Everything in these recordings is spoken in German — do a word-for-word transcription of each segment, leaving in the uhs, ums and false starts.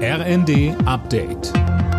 R N D Update.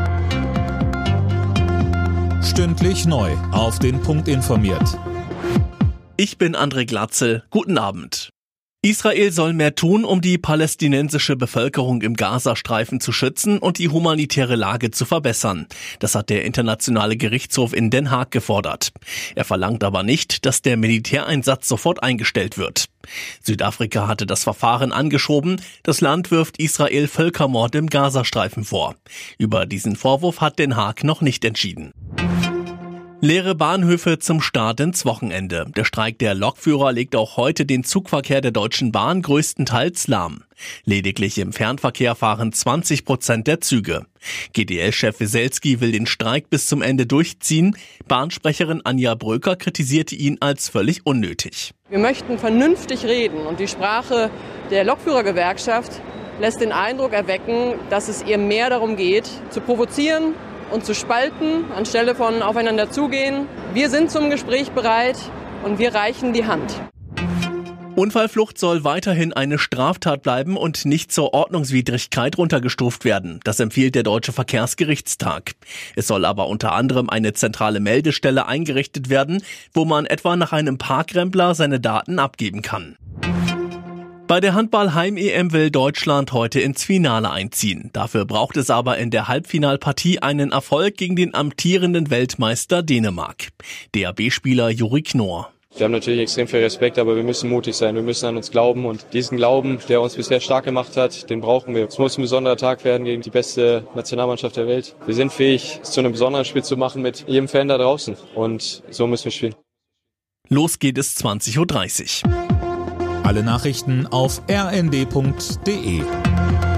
Stündlich neu auf den Punkt informiert. Ich bin André Glatzel. Guten Abend. Israel soll mehr tun, um die palästinensische Bevölkerung im Gazastreifen zu schützen und die humanitäre Lage zu verbessern. Das hat der Internationale Gerichtshof in Den Haag gefordert. Er verlangt aber nicht, dass der Militäreinsatz sofort eingestellt wird. Südafrika hatte das Verfahren angeschoben. Das Land wirft Israel Völkermord im Gazastreifen vor. Über diesen Vorwurf hat Den Haag noch nicht entschieden. Leere Bahnhöfe zum Start ins Wochenende. Der Streik der Lokführer legt auch heute den Zugverkehr der Deutschen Bahn größtenteils lahm. Lediglich im Fernverkehr fahren zwanzig Prozent der Züge. G D L-Chef Weselski will den Streik bis zum Ende durchziehen. Bahnsprecherin Anja Bröker kritisierte ihn als völlig unnötig. Wir möchten vernünftig reden und die Sprache der Lokführergewerkschaft lässt den Eindruck erwecken, dass es ihr mehr darum geht, zu provozieren und zu spalten, anstelle von aufeinander zugehen. Wir sind zum Gespräch bereit und wir reichen die Hand. Unfallflucht soll weiterhin eine Straftat bleiben und nicht zur Ordnungswidrigkeit runtergestuft werden. Das empfiehlt der Deutsche Verkehrsgerichtstag. Es soll aber unter anderem eine zentrale Meldestelle eingerichtet werden, wo man etwa nach einem Parkrempler seine Daten abgeben kann. Bei der Handball-Heim-E M will Deutschland heute ins Finale einziehen. Dafür braucht es aber in der Halbfinalpartie einen Erfolg gegen den amtierenden Weltmeister Dänemark. D A B-Spieler Juri Knorr. Wir haben natürlich extrem viel Respekt, aber wir müssen mutig sein, wir müssen an uns glauben und diesen Glauben, der uns bisher stark gemacht hat, den brauchen wir. Es muss ein besonderer Tag werden gegen die beste Nationalmannschaft der Welt. Wir sind fähig, es zu einem besonderen Spiel zu machen mit jedem Fan da draußen und so müssen wir spielen. Los geht es zwanzig Uhr dreißig. Alle Nachrichten auf r n d punkt d e.